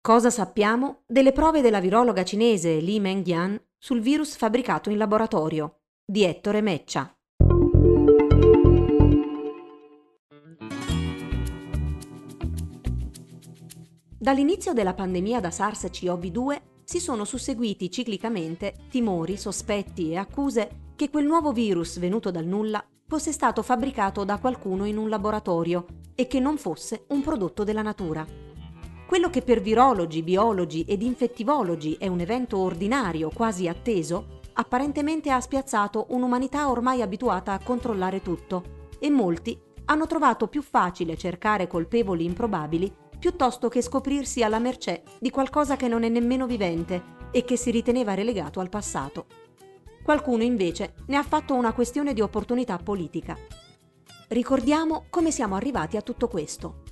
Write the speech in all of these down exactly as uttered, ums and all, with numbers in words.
Cosa sappiamo delle prove della virologa cinese Li Mengyan sul virus fabbricato in laboratorio? Di Ettore Meccia. Dall'inizio della pandemia da SARS-C o V due si sono susseguiti ciclicamente timori, sospetti e accuse che quel nuovo virus venuto dal nulla fosse stato fabbricato da qualcuno in un laboratorio e che non fosse un prodotto della natura. Quello che per virologi, biologi ed infettivologi è un evento ordinario, quasi atteso, apparentemente ha spiazzato un'umanità ormai abituata a controllare tutto e molti hanno trovato più facile cercare colpevoli improbabili piuttosto che scoprirsi alla mercé di qualcosa che non è nemmeno vivente e che si riteneva relegato al passato. Qualcuno invece ne ha fatto una questione di opportunità politica. Ricordiamo come siamo arrivati a tutto questo.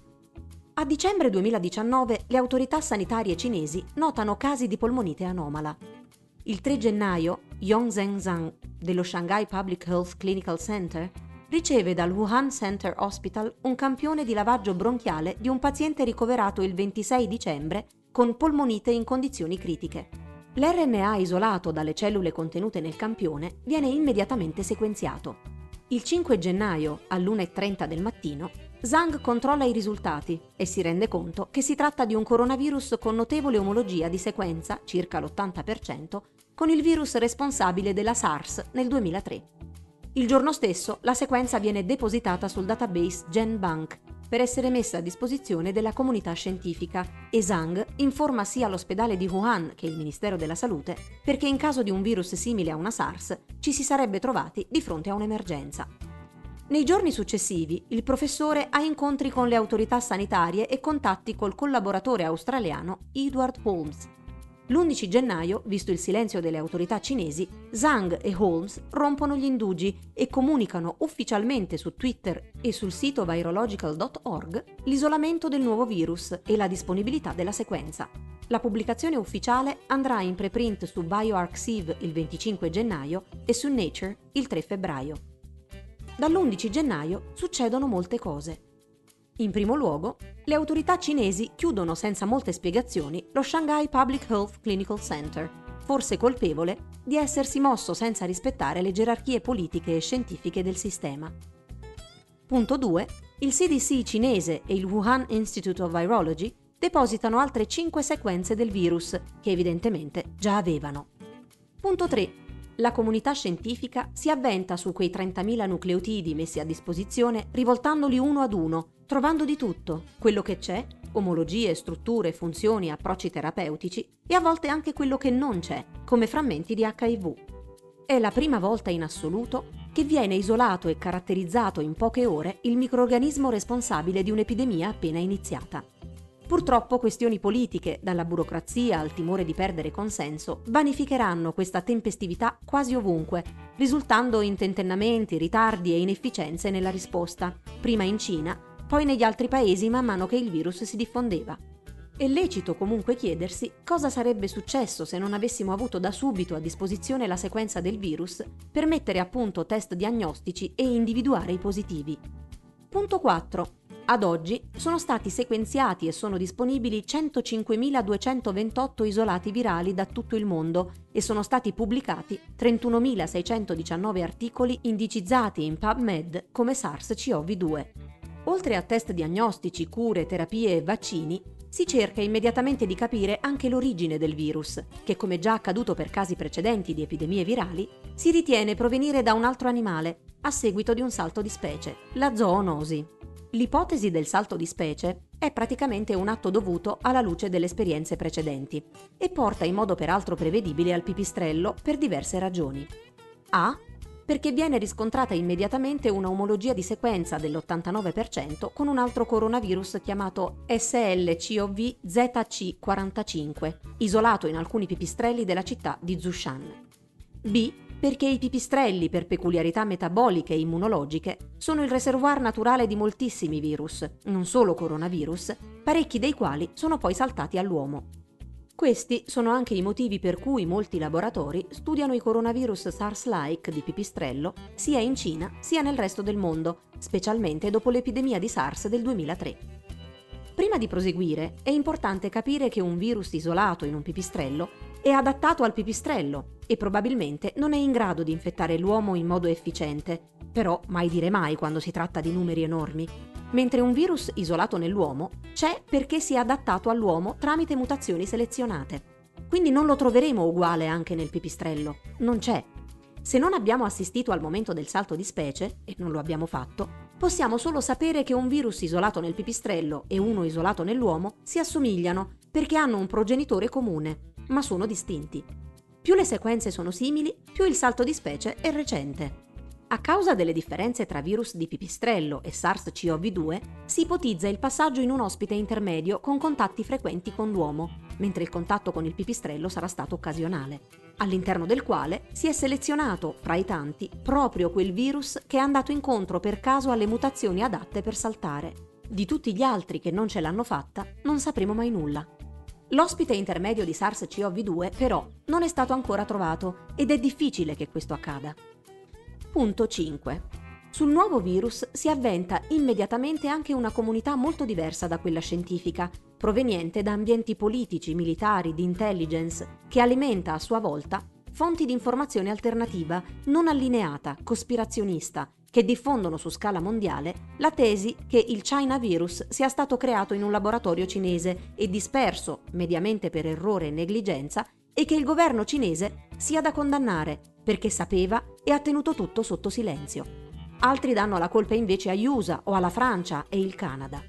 A dicembre duemiladiciannove le autorità sanitarie cinesi notano casi di polmonite anomala. Il tre gennaio Yongzheng Zhang dello Shanghai Public Health Clinical Center riceve dal Wuhan Center Hospital un campione di lavaggio bronchiale di un paziente ricoverato il ventisei dicembre con polmonite in condizioni critiche. L'R N A isolato dalle cellule contenute nel campione viene immediatamente sequenziato. Il cinque gennaio, all'una e trenta del mattino, Zhang controlla i risultati e si rende conto che si tratta di un coronavirus con notevole omologia di sequenza, circa l'ottanta per cento, con il virus responsabile della SARS nel duemilatré. Il giorno stesso la sequenza viene depositata sul database GenBank per essere messa a disposizione della comunità scientifica e Zhang informa sia l'ospedale di Wuhan che il Ministero della Salute perché in caso di un virus simile a una SARS ci si sarebbe trovati di fronte a un'emergenza. Nei giorni successivi il professore ha incontri con le autorità sanitarie e contatti col collaboratore australiano Edward Holmes. L'undici gennaio, visto il silenzio delle autorità cinesi, Zhang e Holmes rompono gli indugi e comunicano ufficialmente su Twitter e sul sito virological punto org l'isolamento del nuovo virus e la disponibilità della sequenza. La pubblicazione ufficiale andrà in preprint su bioRxiv il venticinque gennaio e su Nature il tre febbraio. Dall'undici gennaio succedono molte cose. In primo luogo, le autorità cinesi chiudono senza molte spiegazioni lo Shanghai Public Health Clinical Center, forse colpevole di essersi mosso senza rispettare le gerarchie politiche e scientifiche del sistema. Punto due. Il C D C cinese e il Wuhan Institute of Virology depositano altre cinque sequenze del virus, che evidentemente già avevano. Punto tre. La comunità scientifica si avventa su quei trentamila nucleotidi messi a disposizione rivoltandoli uno ad uno, trovando di tutto, quello che c'è, omologie, strutture, funzioni, approcci terapeutici e a volte anche quello che non c'è, come frammenti di H I V. È la prima volta in assoluto che viene isolato e caratterizzato in poche ore il microrganismo responsabile di un'epidemia appena iniziata. Purtroppo questioni politiche, dalla burocrazia al timore di perdere consenso, vanificheranno questa tempestività quasi ovunque, risultando in tentennamenti, ritardi e inefficienze nella risposta, prima in Cina, poi negli altri paesi man mano che il virus si diffondeva. È lecito comunque chiedersi cosa sarebbe successo se non avessimo avuto da subito a disposizione la sequenza del virus per mettere a punto test diagnostici e individuare i positivi. Punto quattro. Ad oggi sono stati sequenziati e sono disponibili centocinquemiladuecentoventotto isolati virali da tutto il mondo e sono stati pubblicati trentunomilaseicentodiciannove articoli indicizzati in PubMed come SARS-C o V due. Oltre a test diagnostici, cure, terapie e vaccini, si cerca immediatamente di capire anche l'origine del virus, che come già accaduto per casi precedenti di epidemie virali, si ritiene provenire da un altro animale, a seguito di un salto di specie, la zoonosi. L'ipotesi del salto di specie è praticamente un atto dovuto alla luce delle esperienze precedenti e porta in modo peraltro prevedibile al pipistrello per diverse ragioni. A. Perché viene riscontrata immediatamente una omologia di sequenza dell'ottantanove per cento con un altro coronavirus chiamato S L C O V Z C quarantacinque, isolato in alcuni pipistrelli della città di Zhoushan. B. Perché i pipistrelli, per peculiarità metaboliche e immunologiche, sono il reservoir naturale di moltissimi virus, non solo coronavirus, parecchi dei quali sono poi saltati all'uomo. Questi sono anche i motivi per cui molti laboratori studiano i coronavirus SARS-like di pipistrello sia in Cina sia nel resto del mondo, specialmente dopo l'epidemia di SARS del duemilatré. Prima di proseguire, è importante capire che un virus isolato in un pipistrello è adattato al pipistrello e probabilmente non è in grado di infettare l'uomo in modo efficiente, però mai dire mai quando si tratta di numeri enormi, mentre un virus isolato nell'uomo c'è perché si è adattato all'uomo tramite mutazioni selezionate. Quindi non lo troveremo uguale anche nel pipistrello, non c'è. Se non abbiamo assistito al momento del salto di specie, e non lo abbiamo fatto, possiamo solo sapere che un virus isolato nel pipistrello e uno isolato nell'uomo si assomigliano perché hanno un progenitore comune, ma sono distinti. Più le sequenze sono simili, più il salto di specie è recente. A causa delle differenze tra virus di pipistrello e SARS-C o V due, si ipotizza il passaggio in un ospite intermedio con contatti frequenti con l'uomo, mentre il contatto con il pipistrello sarà stato occasionale, all'interno del quale si è selezionato, fra i tanti, proprio quel virus che è andato incontro per caso alle mutazioni adatte per saltare. Di tutti gli altri che non ce l'hanno fatta, non sapremo mai nulla. L'ospite intermedio di SARS-C o V due, però, non è stato ancora trovato ed è difficile che questo accada. Punto cinque. Sul nuovo virus si avventa immediatamente anche una comunità molto diversa da quella scientifica, proveniente da ambienti politici, militari, di intelligence, che alimenta a sua volta fonti di informazione alternativa, non allineata, cospirazionista, che diffondono su scala mondiale la tesi che il China virus sia stato creato in un laboratorio cinese e disperso, mediamente per errore e negligenza, e che il governo cinese sia da condannare perché sapeva e ha tenuto tutto sotto silenzio. Altri danno la colpa invece agli U S A o alla Francia e il Canada.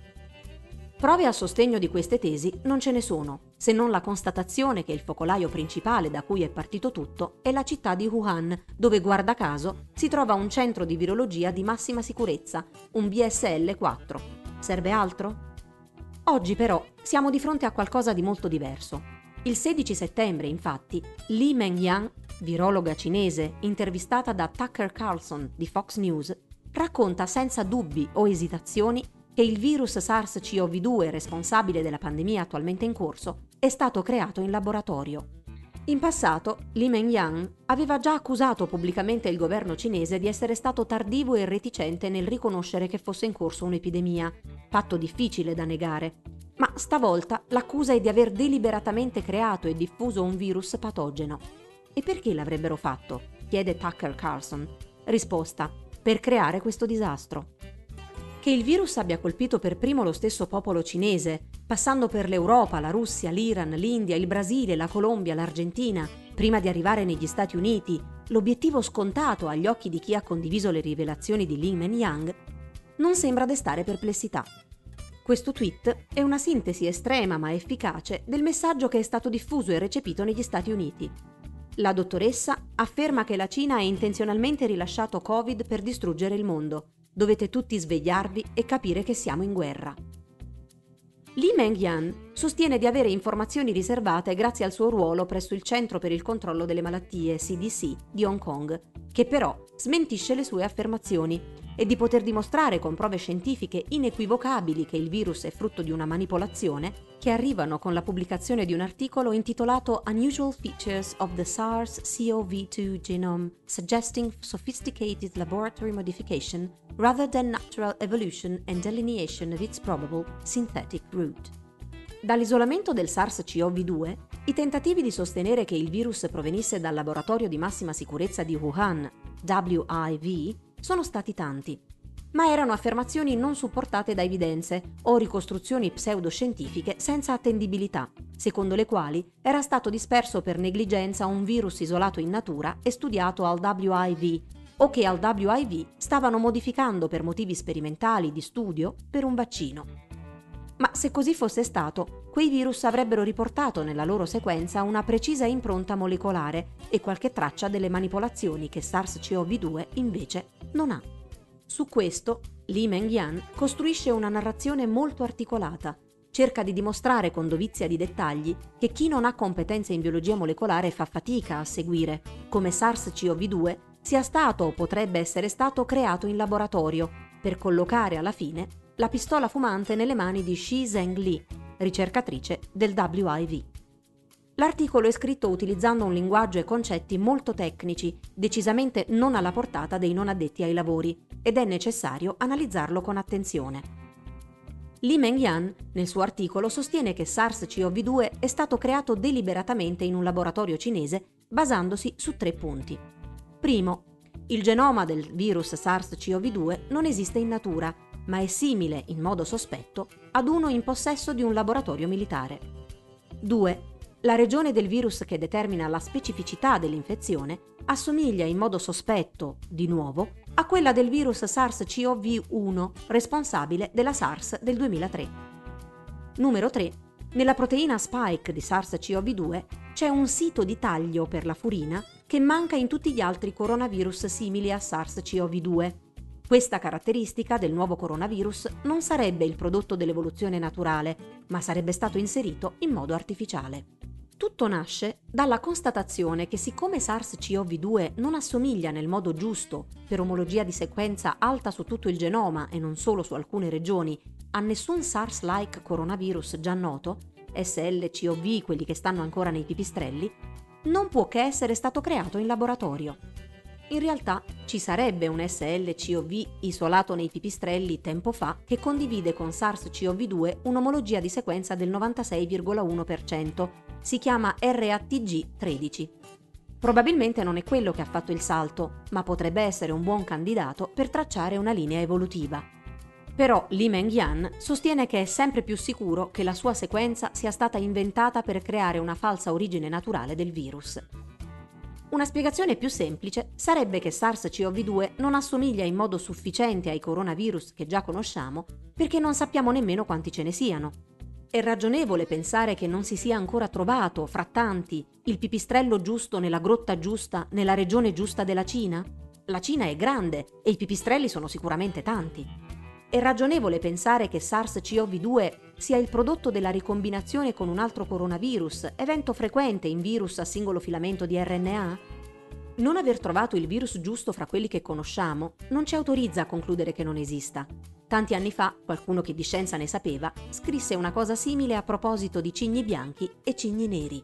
Prove a sostegno di queste tesi non ce ne sono, se non la constatazione che il focolaio principale da cui è partito tutto è la città di Wuhan, dove guarda caso si trova un centro di virologia di massima sicurezza, un B S L quattro. Serve altro? Oggi però siamo di fronte a qualcosa di molto diverso. Il sedici settembre, infatti, Li Mengyan, virologa cinese intervistata da Tucker Carlson di Fox News, racconta senza dubbi o esitazioni che il virus SARS-C o V due responsabile della pandemia attualmente in corso è stato creato in laboratorio. In passato, Li Mengyan aveva già accusato pubblicamente il governo cinese di essere stato tardivo e reticente nel riconoscere che fosse in corso un'epidemia, fatto difficile da negare. Ma stavolta l'accusa è di aver deliberatamente creato e diffuso un virus patogeno. E perché l'avrebbero fatto? Chiede Tucker Carlson. Risposta: per creare questo disastro. Che il virus abbia colpito per primo lo stesso popolo cinese, passando per l'Europa, la Russia, l'Iran, l'India, il Brasile, la Colombia, l'Argentina, prima di arrivare negli Stati Uniti, l'obiettivo scontato agli occhi di chi ha condiviso le rivelazioni di Li Mengyan, non sembra destare perplessità. Questo tweet è una sintesi estrema ma efficace del messaggio che è stato diffuso e recepito negli Stati Uniti. La dottoressa afferma che la Cina ha intenzionalmente rilasciato Covid per distruggere il mondo. Dovete tutti svegliarvi e capire che siamo in guerra. Li Mengyan sostiene di avere informazioni riservate grazie al suo ruolo presso il Centro per il controllo delle malattie C D C di Hong Kong, che però smentisce le sue affermazioni, e di poter dimostrare con prove scientifiche inequivocabili che il virus è frutto di una manipolazione, che arrivano con la pubblicazione di un articolo intitolato Unusual Features of the SARS-C o V due Genome Suggesting Sophisticated Laboratory Modification rather than Natural Evolution and Delineation of its Probable Synthetic Root. Dall'isolamento del SARS-C o V due, i tentativi di sostenere che il virus provenisse dal laboratorio di massima sicurezza di Wuhan, W I V, sono stati tanti, ma erano affermazioni non supportate da evidenze o ricostruzioni pseudoscientifiche senza attendibilità, secondo le quali era stato disperso per negligenza un virus isolato in natura e studiato al W I V, o che al W I V stavano modificando per motivi sperimentali di studio per un vaccino. Ma se così fosse stato, quei virus avrebbero riportato nella loro sequenza una precisa impronta molecolare e qualche traccia delle manipolazioni che SARS-C o V due invece non ha. Su questo, Li Mengyan costruisce una narrazione molto articolata. Cerca di dimostrare con dovizia di dettagli che chi non ha competenze in biologia molecolare fa fatica a seguire come SARS-C o V due sia stato o potrebbe essere stato creato in laboratorio, per collocare alla fine la pistola fumante nelle mani di Shizheng Li, ricercatrice del W I V. L'articolo è scritto utilizzando un linguaggio e concetti molto tecnici, decisamente non alla portata dei non addetti ai lavori, ed è necessario analizzarlo con attenzione. Li Mengyan, nel suo articolo, sostiene che SARS-C o V due è stato creato deliberatamente in un laboratorio cinese basandosi su tre punti. Primo, il genoma del virus SARS-C o V due non esiste in natura, ma è simile, in modo sospetto, ad uno in possesso di un laboratorio militare. Due. La regione del virus che determina la specificità dell'infezione assomiglia in modo sospetto, di nuovo, a quella del virus SARS-C o V uno, responsabile della SARS del duemilatré. Numero tre. Nella proteina spike di SARS-C o V due c'è un sito di taglio per la furina che manca in tutti gli altri coronavirus simili a SARS-C o V due. Questa caratteristica del nuovo coronavirus non sarebbe il prodotto dell'evoluzione naturale, ma sarebbe stato inserito in modo artificiale. Tutto nasce dalla constatazione che siccome SARS-C o V due non assomiglia nel modo giusto, per omologia di sequenza alta su tutto il genoma e non solo su alcune regioni, a nessun SARS-like coronavirus già noto, S L C o V, quelli che stanno ancora nei pipistrelli, non può che essere stato creato in laboratorio. In realtà ci sarebbe un S L C o V isolato nei pipistrelli tempo fa che condivide con SARS-C o V due un'omologia di sequenza del novantasei virgola uno per cento. Si chiama R A T G tredici. Probabilmente non è quello che ha fatto il salto, ma potrebbe essere un buon candidato per tracciare una linea evolutiva. Però Li Mengyan sostiene che è sempre più sicuro che la sua sequenza sia stata inventata per creare una falsa origine naturale del virus. Una spiegazione più semplice sarebbe che SARS-C o V due non assomiglia in modo sufficiente ai coronavirus che già conosciamo perché non sappiamo nemmeno quanti ce ne siano. È ragionevole pensare che non si sia ancora trovato, fra tanti, il pipistrello giusto nella grotta giusta, nella regione giusta della Cina? La Cina è grande e i pipistrelli sono sicuramente tanti. È ragionevole pensare che SARS-C o V due sia il prodotto della ricombinazione con un altro coronavirus, evento frequente in virus a singolo filamento di R N A? Non aver trovato il virus giusto fra quelli che conosciamo non ci autorizza a concludere che non esista. Tanti anni fa, qualcuno che di scienza ne sapeva, scrisse una cosa simile a proposito di cigni bianchi e cigni neri.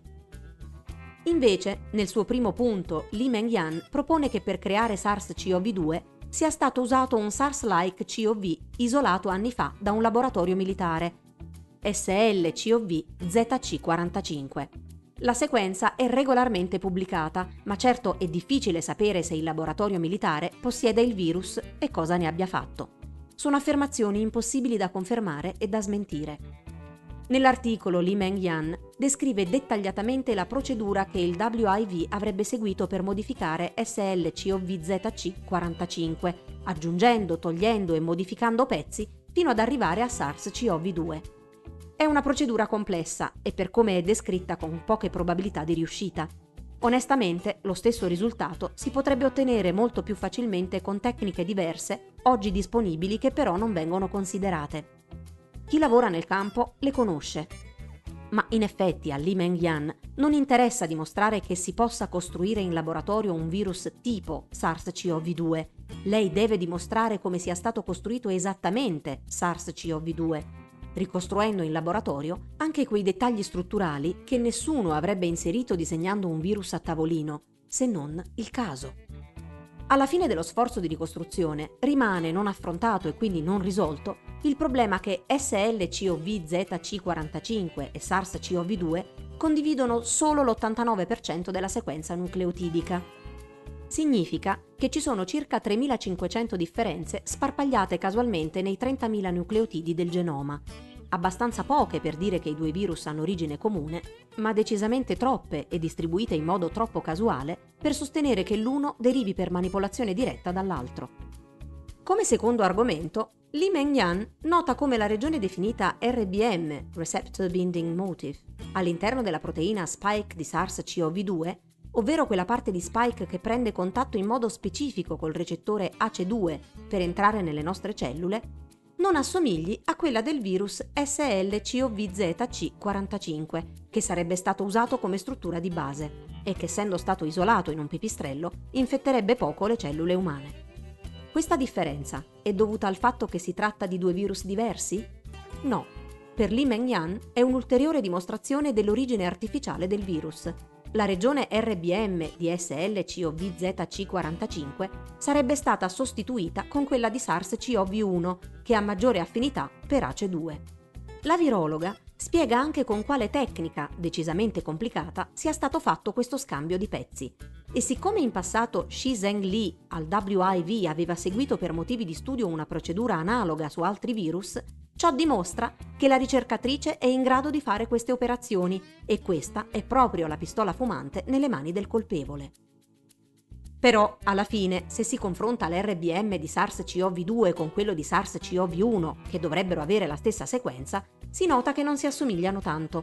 Invece, nel suo primo punto, Li Mengyan propone che per creare SARS-C o V due sia stato usato un SARS-like C o V isolato anni fa da un laboratorio militare, S L C o V Z C quarantacinque. La sequenza è regolarmente pubblicata, ma certo è difficile sapere se il laboratorio militare possiede il virus e cosa ne abbia fatto. Sono affermazioni impossibili da confermare e da smentire. Nell'articolo Li Mengyan descrive dettagliatamente la procedura che il W I V avrebbe seguito per modificare S L C o V Z C quarantacinque, aggiungendo, togliendo e modificando pezzi fino ad arrivare a SARS-C o V due. È una procedura complessa e per come è descritta con poche probabilità di riuscita. Onestamente, lo stesso risultato si potrebbe ottenere molto più facilmente con tecniche diverse, oggi disponibili, che però non vengono considerate. Chi lavora nel campo le conosce. Ma in effetti a Li Mengyan non interessa dimostrare che si possa costruire in laboratorio un virus tipo SARS-C o V due. Lei deve dimostrare come sia stato costruito esattamente SARS-C o V due, ricostruendo in laboratorio anche quei dettagli strutturali che nessuno avrebbe inserito disegnando un virus a tavolino, se non il caso. Alla fine dello sforzo di ricostruzione rimane non affrontato e quindi non risolto il problema che S L C o V Z C quarantacinque e SARS-C o V due condividono solo l'ottantanove per cento della sequenza nucleotidica. Significa che ci sono circa tremilacinquecento differenze sparpagliate casualmente nei trentamila nucleotidi del genoma. Abbastanza poche per dire che i due virus hanno origine comune, ma decisamente troppe e distribuite in modo troppo casuale per sostenere che l'uno derivi per manipolazione diretta dall'altro. Come secondo argomento, Li Mengyan nota come la regione definita R B M, Receptor Binding Motif, all'interno della proteina spike di SARS-C o V due, ovvero quella parte di spike che prende contatto in modo specifico col recettore A C E due per entrare nelle nostre cellule, non assomigli a quella del virus S L C o V Z C quarantacinque, che sarebbe stato usato come struttura di base e che, essendo stato isolato in un pipistrello, infetterebbe poco le cellule umane. Questa differenza è dovuta al fatto che si tratta di due virus diversi? No. Per Li Mengyan è un'ulteriore dimostrazione dell'origine artificiale del virus. la regione R B M di S L C O V Z C quarantacinque sarebbe stata sostituita con quella di SARS-C o V uno, che ha maggiore affinità per A C E due. La virologa spiega anche con quale tecnica, decisamente complicata, sia stato fatto questo scambio di pezzi. E siccome in passato Shi Zheng Li al W I V aveva seguito per motivi di studio una procedura analoga su altri virus, ciò dimostra che la ricercatrice è in grado di fare queste operazioni e questa è proprio la pistola fumante nelle mani del colpevole. Però, alla fine, se si confronta l'R B M di SARS-C o V due con quello di SARS-C o V uno, che dovrebbero avere la stessa sequenza, si nota che non si assomigliano tanto.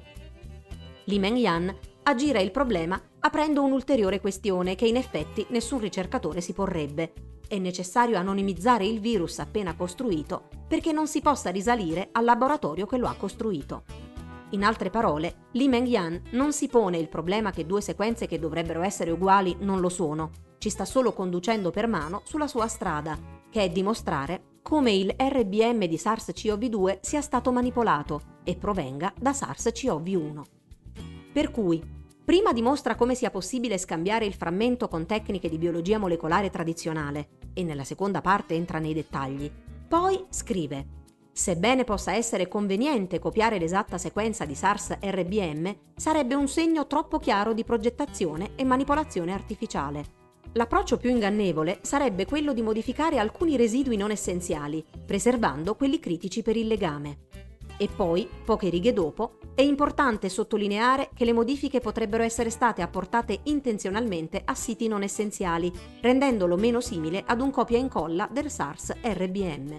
Li Mengyan aggira il problema aprendo un'ulteriore questione che in effetti nessun ricercatore si porrebbe. È necessario anonimizzare il virus appena costruito perché non si possa risalire al laboratorio che lo ha costruito. In altre parole, Li Mengyan non si pone il problema che due sequenze che dovrebbero essere uguali non lo sono, ci sta solo conducendo per mano sulla sua strada, che è dimostrare come il R B M di SARS-C o V due sia stato manipolato e provenga da SARS-C o V uno. Per cui, prima dimostra come sia possibile scambiare il frammento con tecniche di biologia molecolare tradizionale, e nella seconda parte entra nei dettagli. Poi scrive: sebbene possa essere conveniente copiare l'esatta sequenza di SARS-R B M, sarebbe un segno troppo chiaro di progettazione e manipolazione artificiale. L'approccio più ingannevole sarebbe quello di modificare alcuni residui non essenziali, preservando quelli critici per il legame. E poi, poche righe dopo, è importante sottolineare che le modifiche potrebbero essere state apportate intenzionalmente a siti non essenziali, rendendolo meno simile ad un copia e incolla del SARS-R B M.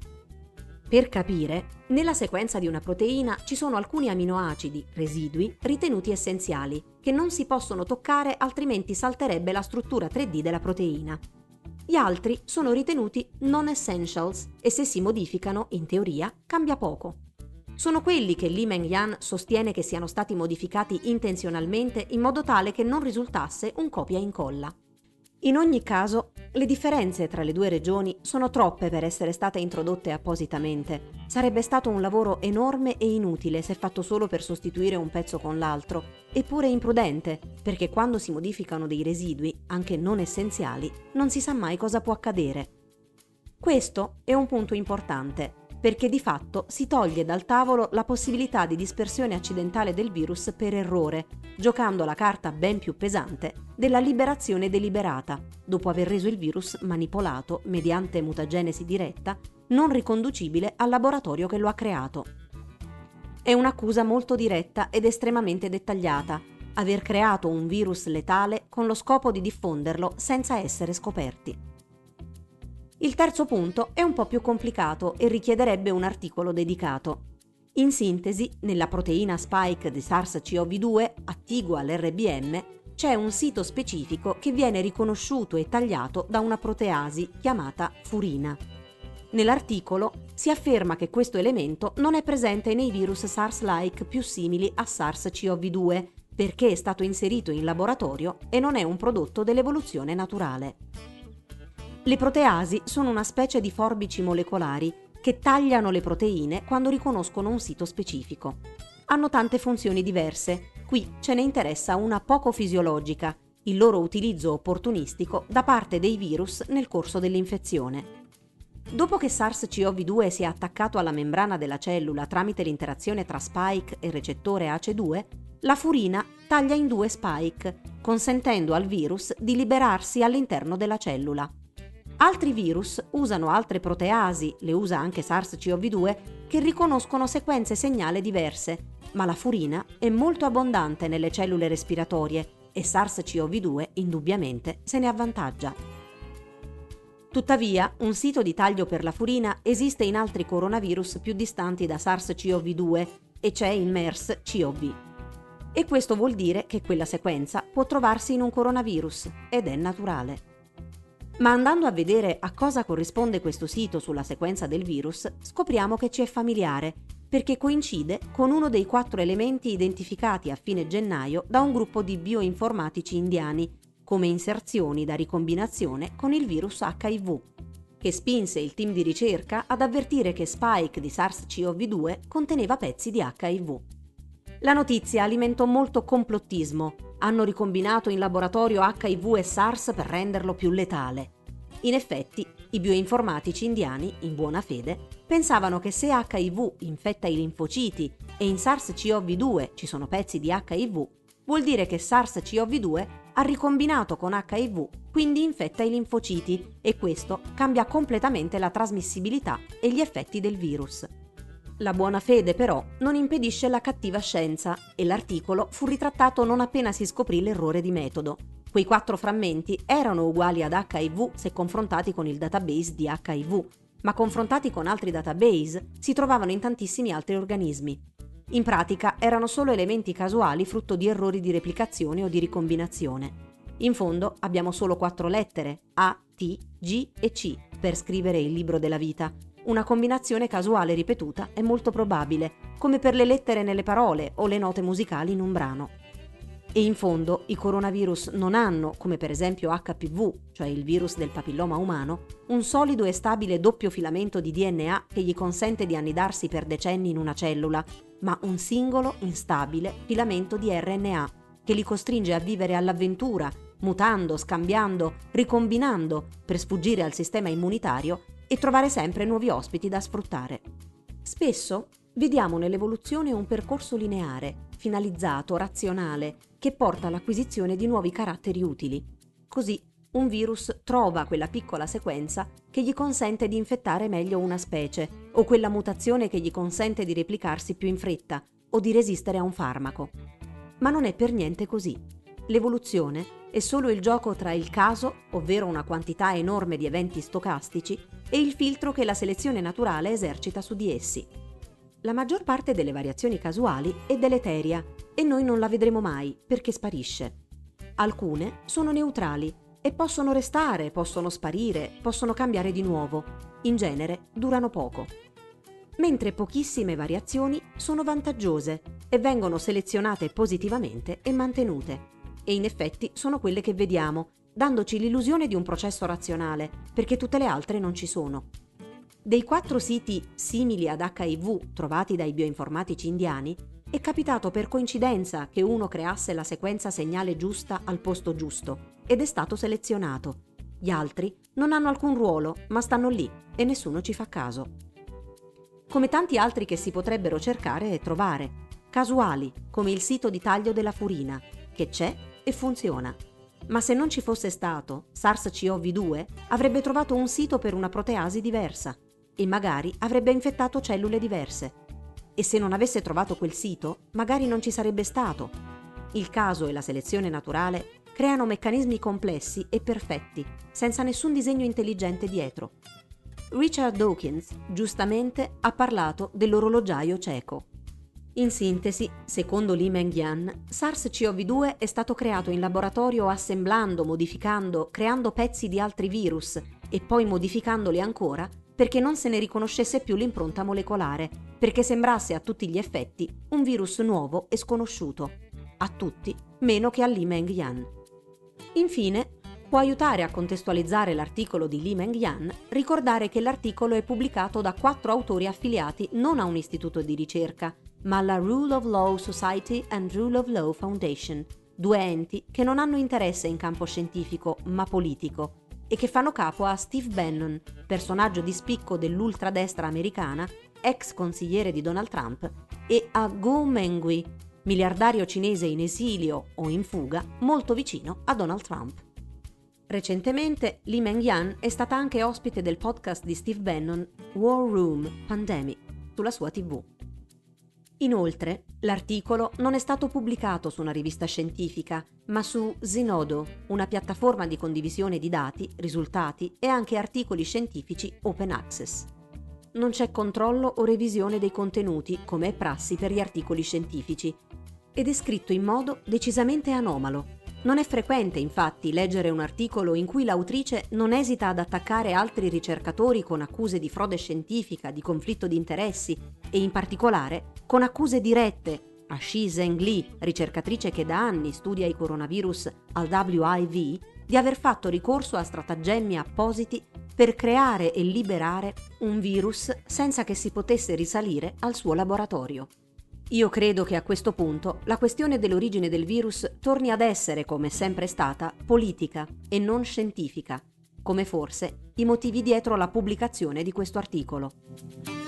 Per capire, nella sequenza di una proteina ci sono alcuni aminoacidi, residui, ritenuti essenziali, che non si possono toccare altrimenti salterebbe la struttura tre D della proteina. Gli altri sono ritenuti non essentials e se si modificano, in teoria, cambia poco. Sono quelli che Li Mengyan sostiene che siano stati modificati intenzionalmente in modo tale che non risultasse un copia e incolla. In ogni caso, le differenze tra le due regioni sono troppe per essere state introdotte appositamente. Sarebbe stato un lavoro enorme e inutile se fatto solo per sostituire un pezzo con l'altro, eppure imprudente, perché quando si modificano dei residui, anche non essenziali, non si sa mai cosa può accadere. Questo è un punto importante, perché di fatto si toglie dal tavolo la possibilità di dispersione accidentale del virus per errore, giocando la carta ben più pesante della liberazione deliberata, dopo aver reso il virus manipolato mediante mutagenesi diretta, non riconducibile al laboratorio che lo ha creato. È un'accusa molto diretta ed estremamente dettagliata, aver creato un virus letale con lo scopo di diffonderlo senza essere scoperti. Il terzo punto è un po' più complicato e richiederebbe un articolo dedicato. In sintesi, nella proteina spike di SARS-C o V due, attigua all'R B M, c'è un sito specifico che viene riconosciuto e tagliato da una proteasi chiamata furina. Nell'articolo si afferma che questo elemento non è presente nei virus SARS-like più simili a SARS-C o V due, perché è stato inserito in laboratorio e non è un prodotto dell'evoluzione naturale. Le proteasi sono una specie di forbici molecolari che tagliano le proteine quando riconoscono un sito specifico. Hanno tante funzioni diverse, qui ce ne interessa una poco fisiologica, il loro utilizzo opportunistico da parte dei virus nel corso dell'infezione. Dopo che SARS-C o V due si è attaccato alla membrana della cellula tramite l'interazione tra spike e recettore A C E due, la furina taglia in due spike, consentendo al virus di liberarsi all'interno della cellula. Altri virus usano altre proteasi, le usa anche SARS-C o V due, che riconoscono sequenze segnale diverse, ma la furina è molto abbondante nelle cellule respiratorie e SARS-C o V due indubbiamente se ne avvantaggia. Tuttavia, un sito di taglio per la furina esiste in altri coronavirus più distanti da SARS-C o V due e c'è in MERS-C o V. E questo vuol dire che quella sequenza può trovarsi in un coronavirus ed è naturale. Ma andando a vedere a cosa corrisponde questo sito sulla sequenza del virus, scopriamo che ci è familiare, perché coincide con uno dei quattro elementi identificati a fine gennaio da un gruppo di bioinformatici indiani, come inserzioni da ricombinazione con il virus H I V, che spinse il team di ricerca ad avvertire che spike di SARS-C o V due conteneva pezzi di H I V. La notizia alimentò molto complottismo, hanno ricombinato in laboratorio acca i vu e SARS per renderlo più letale. In effetti, i bioinformatici indiani, in buona fede, pensavano che se acca i vu infetta i linfociti e in SARS-C o V due ci sono pezzi di acca i vu, vuol dire che SARS-C o V due ha ricombinato con acca i vu, quindi infetta i linfociti, e questo cambia completamente la trasmissibilità e gli effetti del virus. La buona fede però non impedisce la cattiva scienza e l'articolo fu ritrattato non appena si scoprì l'errore di metodo. Quei quattro frammenti erano uguali ad acca i vu se confrontati con il database di acca i vu, ma confrontati con altri database si trovavano in tantissimi altri organismi. In pratica erano solo elementi casuali frutto di errori di replicazione o di ricombinazione. In fondo abbiamo solo quattro lettere, A, T, G e C, per scrivere il libro della vita. Una combinazione casuale ripetuta è molto probabile, come per le lettere nelle parole o le note musicali in un brano. E in fondo i coronavirus non hanno, come per esempio acca pi vu, cioè il virus del papilloma umano, un solido e stabile doppio filamento di di enne a che gli consente di annidarsi per decenni in una cellula, ma un singolo, instabile filamento di erre enne a che li costringe a vivere all'avventura, mutando, scambiando, ricombinando per sfuggire al sistema immunitario e trovare sempre nuovi ospiti da sfruttare. Spesso vediamo nell'evoluzione un percorso lineare, finalizzato, razionale, che porta all'acquisizione di nuovi caratteri utili. Così un virus trova quella piccola sequenza che gli consente di infettare meglio una specie, o quella mutazione che gli consente di replicarsi più in fretta, o di resistere a un farmaco. Ma non è per niente così. L'evoluzione è solo il gioco tra il caso, ovvero una quantità enorme di eventi stocastici, e il filtro che la selezione naturale esercita su di essi. La maggior parte delle variazioni casuali è deleteria e noi non la vedremo mai perché sparisce. Alcune sono neutrali e possono restare, possono sparire, possono cambiare di nuovo. In genere durano poco. Mentre pochissime variazioni sono vantaggiose e vengono selezionate positivamente e mantenute. E in effetti sono quelle che vediamo, dandoci l'illusione di un processo razionale, perché tutte le altre non ci sono. Dei quattro siti simili ad acca i vu trovati dai bioinformatici indiani, è capitato per coincidenza che uno creasse la sequenza segnale giusta al posto giusto ed è stato selezionato. Gli altri non hanno alcun ruolo, ma stanno lì e nessuno ci fa caso. Come tanti altri che si potrebbero cercare e trovare, casuali, come il sito di taglio della furina, che c'è e funziona. Ma se non ci fosse stato, SARS-C o V due avrebbe trovato un sito per una proteasi diversa e magari avrebbe infettato cellule diverse. E se non avesse trovato quel sito, magari non ci sarebbe stato. Il caso e la selezione naturale creano meccanismi complessi e perfetti, senza nessun disegno intelligente dietro. Richard Dawkins, giustamente, ha parlato dell'orologiaio cieco. In sintesi, secondo Li Mengyan, SARS-C o V due è stato creato in laboratorio assemblando, modificando, creando pezzi di altri virus e poi modificandoli ancora perché non se ne riconoscesse più l'impronta molecolare, perché sembrasse a tutti gli effetti un virus nuovo e sconosciuto. A tutti, meno che a Li Mengyan. Infine, può aiutare a contestualizzare l'articolo di Li Mengyan ricordare che l'articolo è pubblicato da quattro autori affiliati non a un istituto di ricerca, ma alla Rule of Law Society and Rule of Law Foundation, due enti che non hanno interesse in campo scientifico ma politico e che fanno capo a Steve Bannon, personaggio di spicco dell'ultradestra americana, ex consigliere di Donald Trump, e a Guo Mengui, miliardario cinese in esilio o in fuga, molto vicino a Donald Trump. Recentemente Li Mengyan è stata anche ospite del podcast di Steve Bannon War Room Pandemic sulla sua tivù. Inoltre, l'articolo non è stato pubblicato su una rivista scientifica, ma su Zenodo, una piattaforma di condivisione di dati, risultati e anche articoli scientifici open access. Non c'è controllo o revisione dei contenuti, come è prassi per gli articoli scientifici, ed è scritto in modo decisamente anomalo. Non è frequente, infatti, leggere un articolo in cui l'autrice non esita ad attaccare altri ricercatori con accuse di frode scientifica, di conflitto di interessi e, in particolare, con accuse dirette a Shi Zhengli, ricercatrice che da anni studia i coronavirus al W I V, di aver fatto ricorso a stratagemmi appositi per creare e liberare un virus senza che si potesse risalire al suo laboratorio. Io credo che a questo punto la questione dell'origine del virus torni ad essere, come sempre stata, politica e non scientifica, come forse i motivi dietro la pubblicazione di questo articolo.